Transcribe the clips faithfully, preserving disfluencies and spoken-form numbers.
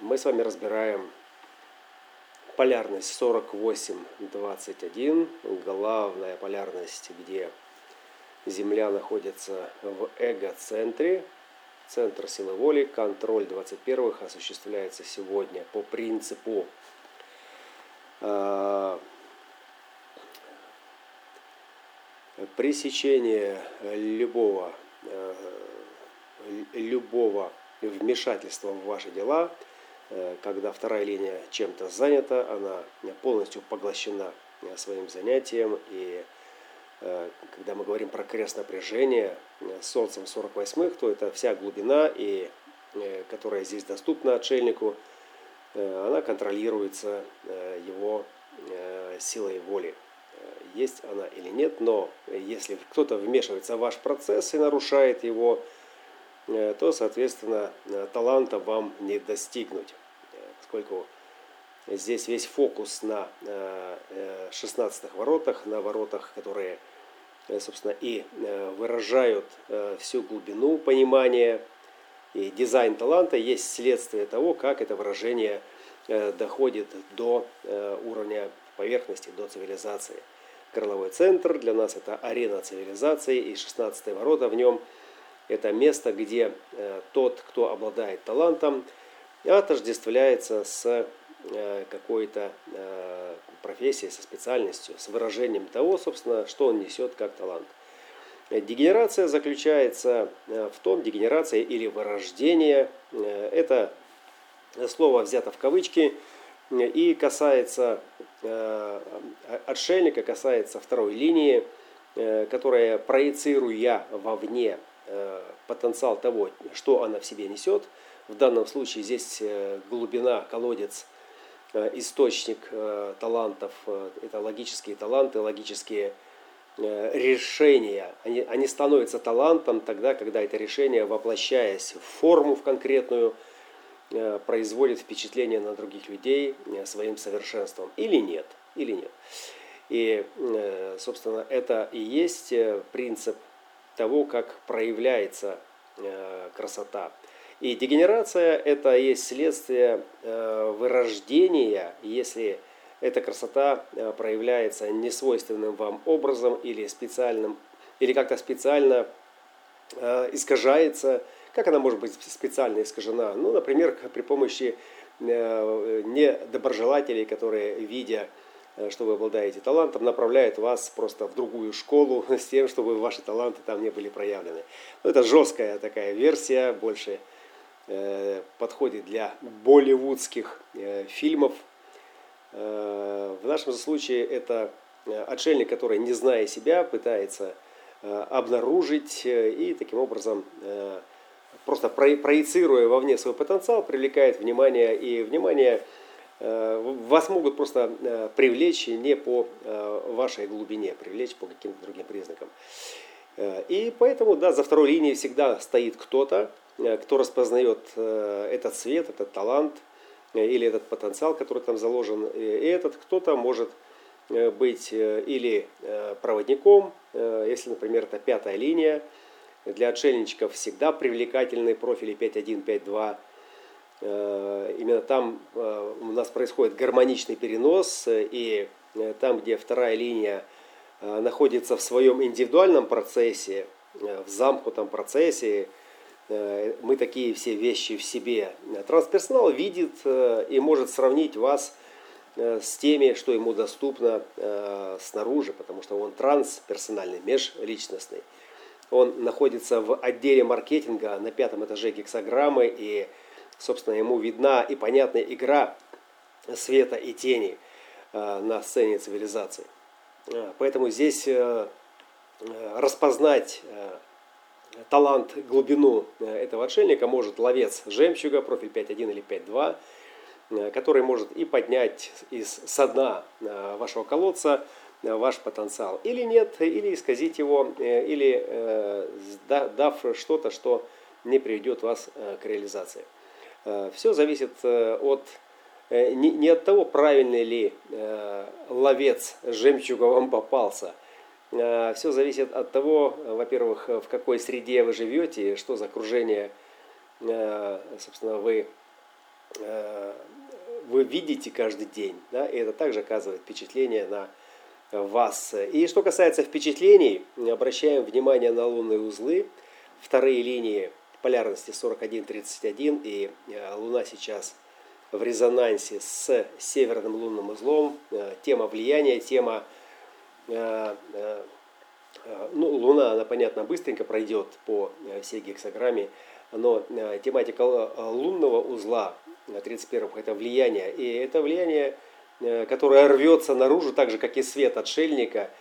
Мы с вами разбираем полярность сорок восемь двадцать один, главная полярность, где Земля находится в эго-центре, центр силы воли, контроль двадцать первых осуществляется сегодня по принципу э, пресечения любого, э, любого вмешательства в ваши дела. Когда вторая линия чем-то занята, она полностью поглощена своим занятием. И когда мы говорим про крест напряжения с Солнцем сорок восьмых, то это вся глубина, и, которая здесь доступна отшельнику, она контролируется его силой воли. Есть она или нет, но если кто-то вмешивается в ваш процесс и нарушает его, то, соответственно, таланта вам не достигнуть, поскольку здесь весь фокус на шестнадцатых воротах, на воротах, которые, собственно, и выражают всю глубину понимания. И дизайн таланта есть следствие того, как это выражение доходит до уровня поверхности, до цивилизации. Горловой центр для нас это арена цивилизации, и шестнадцатые ворота в нем это место, где э, тот, кто обладает талантом, отождествляется с э, какой-то э, профессией, со специальностью, с выражением того, собственно, что он несет как талант. Дегенерация заключается в том, дегенерация или вырождение, э, это слово взято в кавычки и касается э, отшельника, касается второй линии, э, которая, проецируя вовне потенциал того, что она в себе несет. В данном случае здесь глубина, колодец, источник талантов, это логические таланты, логические решения. Они, они становятся талантом тогда, когда это решение, воплощаясь в форму в конкретную, производит впечатление на других людей своим совершенством. Или нет. Или нет. И, собственно, это и есть принцип того, как проявляется э, красота. И дегенерация – это есть следствие э, вырождения, если эта красота э, проявляется несвойственным вам образом или специальным, или как-то специально э, искажается. Как она может быть специально искажена? Ну, например, при помощи э, недоброжелателей, которые, видя, что вы обладаете талантом, направляет вас просто в другую школу с тем, чтобы ваши таланты там не были проявлены. Ну, это жесткая такая версия, больше э, подходит для болливудских э, фильмов. Э, в нашем случае это отшельник, который, не зная себя, пытается э, обнаружить э, и таким образом, э, просто про, проецируя вовне свой потенциал, привлекает внимание, и внимание вас могут просто привлечь не по вашей глубине, привлечь по каким-то другим признакам. И поэтому, да, за второй линией всегда стоит кто-то, кто распознает этот свет, этот талант или этот потенциал, который там заложен. И этот кто-то может быть или проводником, если, например, это пятая линия. Для отшельничков всегда привлекательны профили пять один, пять два. Именно там у нас происходит гармоничный перенос, и там, где вторая линия находится в своем индивидуальном процессе, в замкнутом процессе, мы такие все вещи в себе. Трансперсонал видит и может сравнить вас с теми, что ему доступно снаружи, потому что он трансперсональный, межличностный. Он находится в отделе маркетинга на пятом этаже гексаграммы, и собственно, ему видна и понятная игра света и тени на сцене цивилизации. Поэтому здесь распознать талант, глубину этого отшельника может ловец жемчуга, профиль пять один или пять два, который может и поднять из со дна вашего колодца ваш потенциал. Или нет, или исказить его, или дав что-то, что не приведет вас к реализации. Все зависит от, не от того, правильный ли ловец жемчуга вам попался. Все зависит от того, во-первых, в какой среде вы живете, что за окружение, собственно, вы вы видите каждый день, да, и это также оказывает впечатление на вас. И что касается впечатлений, обращаем внимание на лунные узлы, вторые линии полярности сорок один тридцать один, и Луна сейчас в резонансе с северным лунным узлом. Тема влияния, тема, ну, Луна, она, понятно, быстренько пройдет по всей гексограмме, но тематика лунного узла тридцать первого это влияние, и это влияние, которое рвется наружу, так же, как и свет отшельника,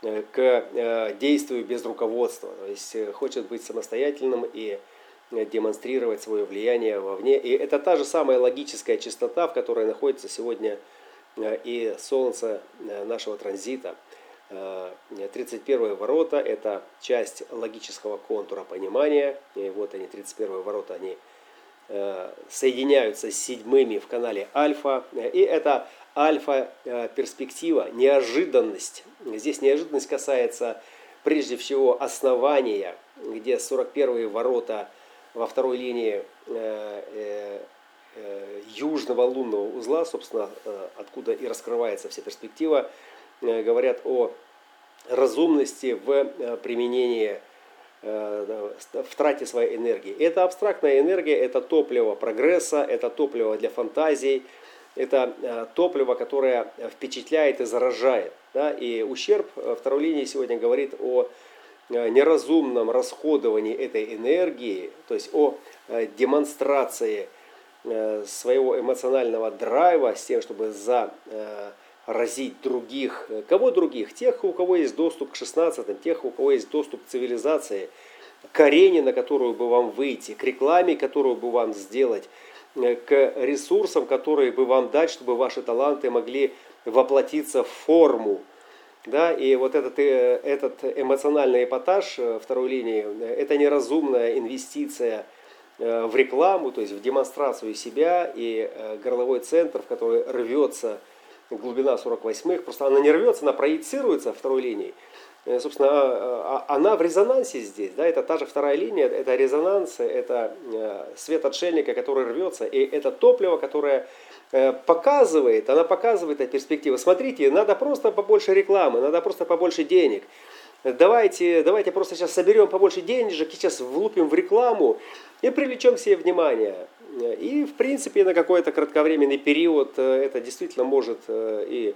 к действию без руководства. То есть хочет быть самостоятельным и демонстрировать свое влияние вовне. И это та же самая логическая частота, в которой находится сегодня и Солнце нашего транзита. тридцать первые ворота – это часть логического контура понимания. И вот они, тридцать первые ворота, они соединяются с седьмыми в канале Альфа. И это альфа-перспектива, неожиданность. Здесь неожиданность касается прежде всего основания, где сорок первые ворота во второй линии э, э, э, южного лунного узла, собственно, э, откуда и раскрывается вся перспектива, э, говорят о разумности в э, применении, э, в трате своей энергии. Это абстрактная энергия, это топливо прогресса, это топливо для фантазий, это э, топливо, которое впечатляет и заражает. Да? И ущерб второй линии сегодня говорит о неразумном расходовании этой энергии, то есть о демонстрации своего эмоционального драйва с тем, чтобы заразить других. Кого других? Тех, у кого есть доступ к шестнадцатым, тех, у кого есть доступ к цивилизации, к арене, на которую бы вам выйти, к рекламе, которую бы вам сделать, к ресурсам, которые бы вам дать, чтобы ваши таланты могли воплотиться в форму. Да, и вот этот, этот эмоциональный эпатаж второй линии – это неразумная инвестиция в рекламу, то есть в демонстрацию себя, и горловой центр, в который рвется глубина сорок восьмых, просто она не рвется, она проецируется второй линией. Собственно, она в резонансе здесь, да, это та же вторая линия, это резонанс, это свет отшельника, который рвется, и это топливо, которое показывает, она показывает эту перспективу. Смотрите, надо просто побольше рекламы, надо просто побольше денег. Давайте, давайте просто сейчас соберем побольше денежек, сейчас влупим в рекламу и привлечем к себе внимание. И, в принципе, на какой-то кратковременный период это действительно может и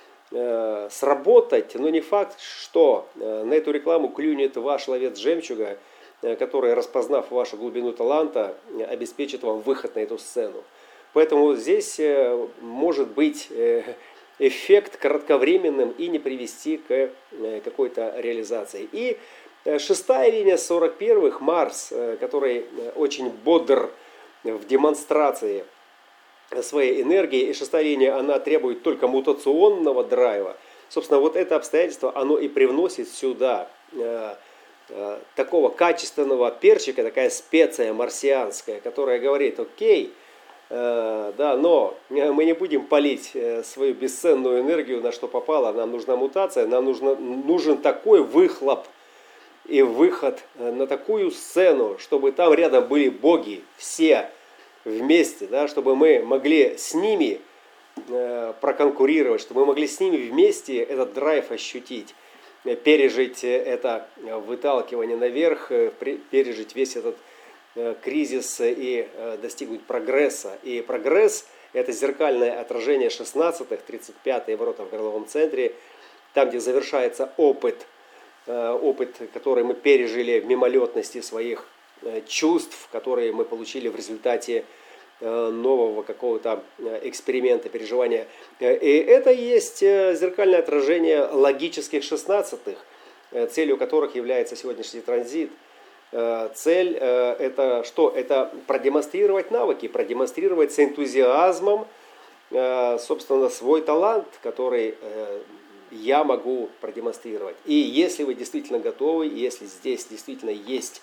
сработать, но не факт, что на эту рекламу клюнет ваш ловец жемчуга, который, распознав вашу глубину таланта, обеспечит вам выход на эту сцену. Поэтому здесь может быть эффект кратковременным и не привести к какой-то реализации. И шестая линия сорок первых, Марс, который очень бодр в демонстрации своей энергии, и шестая линия, она требует только мутационного драйва. Собственно, вот это обстоятельство, оно и привносит сюда э, э, такого качественного перчика, такая специя марсианская, которая говорит: окей, э, да, но мы не будем палить свою бесценную энергию на что попало, нам нужна мутация, нам нужно, нужен такой выхлоп и выход на такую сцену, чтобы там рядом были боги, все вместе, да, чтобы мы могли с ними э, проконкурировать, чтобы мы могли с ними вместе этот драйв ощутить, пережить это выталкивание наверх, пережить весь этот э, кризис и э, достигнуть прогресса. И прогресс – это зеркальное отражение шестнадцатых, тридцать пятые ворота в горловом центре, там, где завершается опыт, э, опыт, который мы пережили в мимолетности своих чувств, которые мы получили в результате нового какого-то эксперимента, переживания. И это и есть зеркальное отражение логических шестнадцатых, целью которых является сегодняшний транзит. Цель это что? Это продемонстрировать навыки, продемонстрировать с энтузиазмом, собственно, свой талант, который я могу продемонстрировать. И если вы действительно готовы, если здесь действительно есть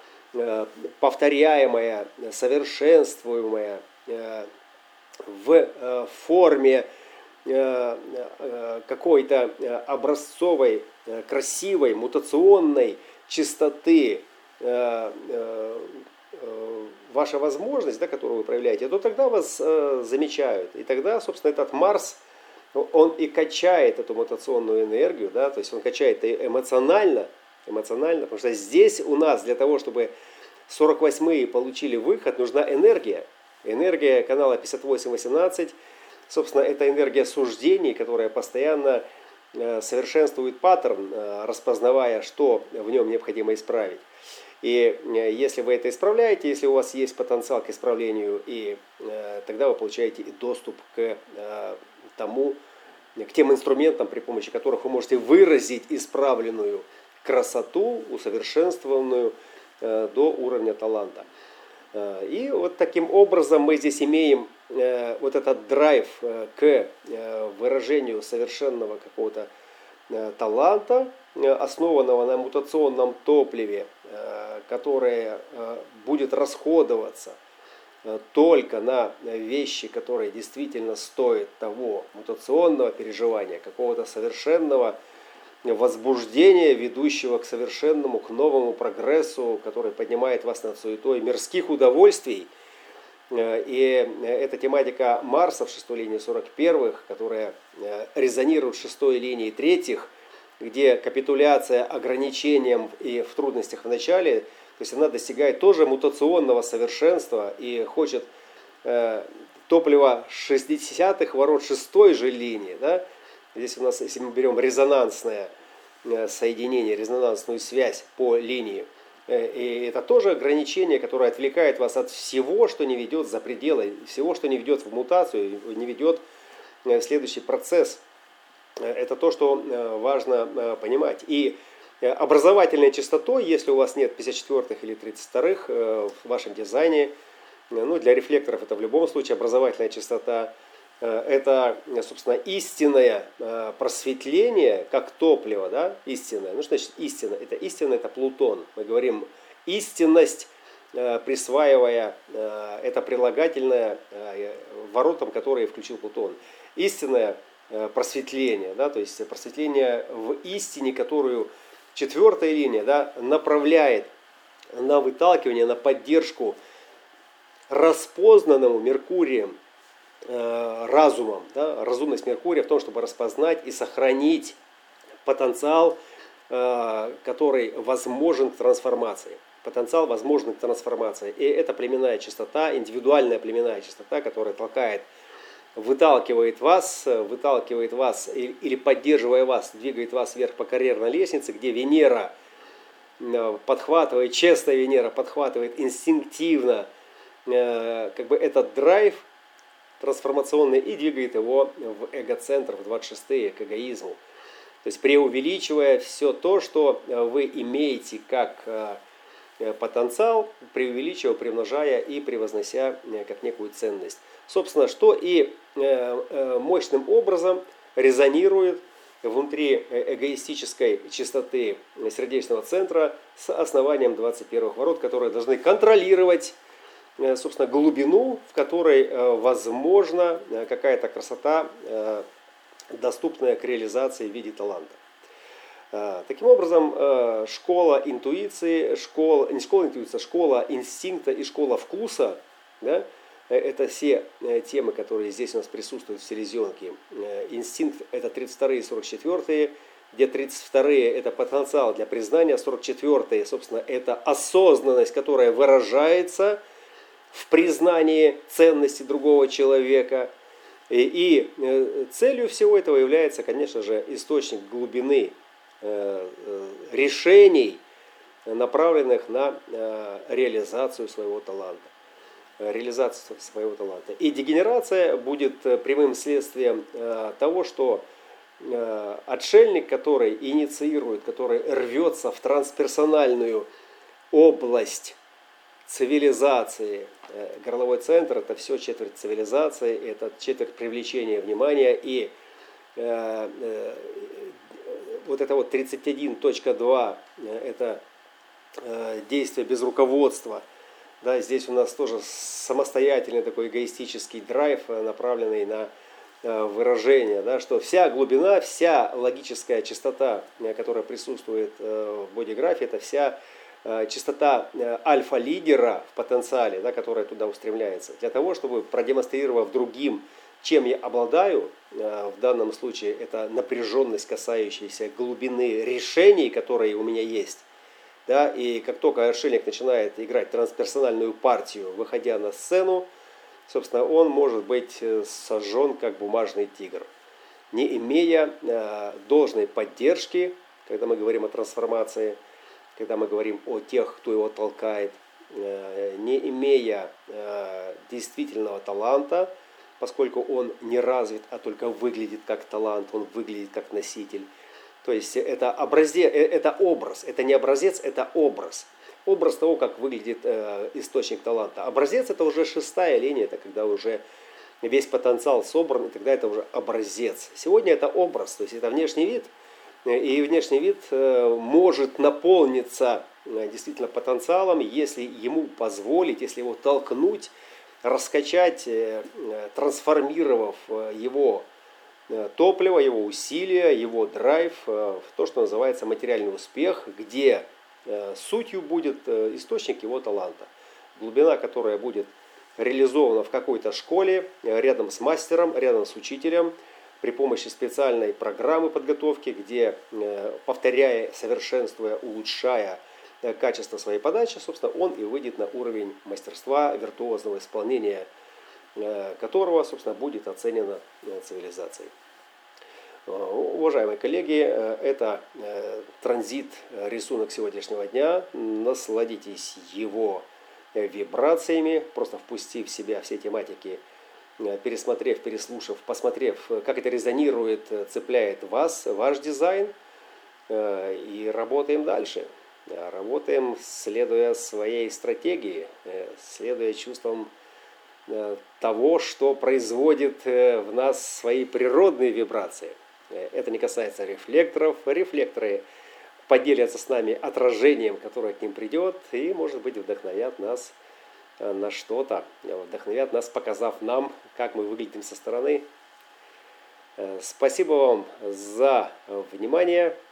повторяемая, совершенствуемая в форме какой-то образцовой, красивой, мутационной чистоты ваша возможность, да, которую вы проявляете, то тогда вас э, замечают. И тогда, собственно, этот Марс, он и качает эту мутационную энергию, да, то есть он качает ее эмоционально, эмоционально, потому что здесь у нас для того, чтобы сорок восьмые получили выход, нужна энергия. Энергия канала пятьдесят восемь восемнадцать, собственно, это энергия суждений, которая постоянно совершенствует паттерн, распознавая, что в нем необходимо исправить. И если вы это исправляете, если у вас есть потенциал к исправлению, и тогда вы получаете доступ к тому, к тем инструментам, при помощи которых вы можете выразить исправленную красоту, усовершенствованную до уровня таланта. И вот таким образом мы здесь имеем вот этот драйв к выражению совершенного какого-то таланта, основанного на мутационном топливе, которое будет расходоваться только на вещи, которые действительно стоят того мутационного переживания, какого-то совершенного возбуждения, ведущего к совершенному, к новому прогрессу, который поднимает вас над суетой мирских удовольствий. И эта тематика Марса в шестой линии сорок первых, которая резонирует с шестой линией третьих, где капитуляция ограничениям и в трудностях в начале, то есть она достигает тоже мутационного совершенства и хочет э, топлива шестидесятых ворот шестой же линии. Да? Здесь у нас, если мы берем резонансное соединение, резонансную связь по линии, и это тоже ограничение, которое отвлекает вас от всего, что не ведет за пределы, всего, что не ведет в мутацию, не ведет в следующий процесс. Это то, что важно понимать. И образовательной частотой, если у вас нет пятьдесят четвёртых или тридцать вторых в вашем дизайне, ну, для рефлекторов это в любом случае образовательная частота, это, собственно, истинное просветление, как топливо, да, истинное. Ну, что значит истина? Это истина, это Плутон. Мы говорим истинность, присваивая это прилагательное воротам, которые включил Плутон. Истинное просветление, да, то есть просветление в истине, которую четвертая линия, да, направляет на выталкивание, на поддержку распознанному Меркурием разумом, да, разумность Меркурия в том, чтобы распознать и сохранить потенциал, который возможен к трансформации. Потенциал возможен к трансформации. И это племенная частота, индивидуальная племенная частота, которая толкает, выталкивает вас, выталкивает вас или поддерживая вас, двигает вас вверх по карьерной лестнице, где Венера подхватывает, честная Венера подхватывает инстинктивно как бы этот драйв трансформационный и двигает его в эгоцентр, в двадцать шестые, к эгоизму. То есть преувеличивая все то, что вы имеете как потенциал, преувеличивая, приумножая и превознося как некую ценность. Собственно, что и мощным образом резонирует внутри эгоистической частоты сердечного центра с основанием двадцать первых ворот, которые должны контролировать, собственно, глубину, в которой возможна какая-то красота, доступная к реализации в виде таланта. Таким образом, школа интуиции, школа, не школа интуиции, а школа инстинкта и школа вкуса, да, это все темы, которые здесь у нас присутствуют в селезенке. Инстинкт – это тридцать вторые и сорок четвёртые, где тридцать вторые – это потенциал для признания, сорок четвёртые, собственно, это осознанность, которая выражается в признании ценности другого человека. И, и целью всего этого является, конечно же, источник глубины э, э, решений, направленных на э, реализацию своего таланта. Реализацию своего таланта. И дегенерация будет прямым следствием э, того, что э, отшельник, который инициирует, который рвется в трансперсональную область цивилизации, горловой центр – это все четверть цивилизации, это четверть привлечения внимания, и э, э, вот это вот тридцать один точка два – это э, действие без руководства. Да, здесь у нас тоже самостоятельный такой эгоистический драйв, направленный на э, выражение, да, что вся глубина, вся логическая чистота, которая присутствует э, в бодиграфе, это вся частота альфа-лидера в потенциале, да, которая туда устремляется, для того, чтобы, продемонстрировав другим, чем я обладаю, в данном случае это напряженность, касающаяся глубины решений, которые у меня есть. Да, и как только отшельник начинает играть трансперсональную партию, выходя на сцену, собственно, он может быть сожжен как бумажный тигр, не имея должной поддержки, когда мы говорим о трансформации, когда мы говорим о тех, кто его толкает, не имея действительного таланта, поскольку он не развит, а только выглядит как талант, он выглядит как носитель. То есть это, образец, это образ, это не образец, это образ. Образ того, как выглядит э, источник таланта. Образец это уже шестая линия, это когда уже весь потенциал собран, и тогда это уже образец. Сегодня это образ, то есть это внешний вид. И внешний вид э, может наполниться э, действительно потенциалом, если ему позволить, если его толкнуть, раскачать, э, трансформировав его топливо, его усилия, его драйв в то, что называется материальный успех, где сутью будет источник его таланта. Глубина, которая будет реализована в какой-то школе, рядом с мастером, рядом с учителем, при помощи специальной программы подготовки, где, повторяя, совершенствуя, улучшая качество своей подачи, собственно, он и выйдет на уровень мастерства, виртуозного исполнения, которого, собственно, будет оценено цивилизацией. Уважаемые коллеги, это транзит, рисунок сегодняшнего дня. Насладитесь его вибрациями, просто впустив в себя все тематики, пересмотрев, переслушав, посмотрев, как это резонирует, цепляет вас, ваш дизайн. И работаем дальше. Работаем, следуя своей стратегии, следуя чувствам того, что производит в нас свои природные вибрации. Это не касается рефлекторов. Рефлекторы поделятся с нами отражением, которое к ним придет, и, может быть, вдохновят нас на что-то, вдохновят нас, показав нам, как мы выглядим со стороны. Спасибо вам за внимание.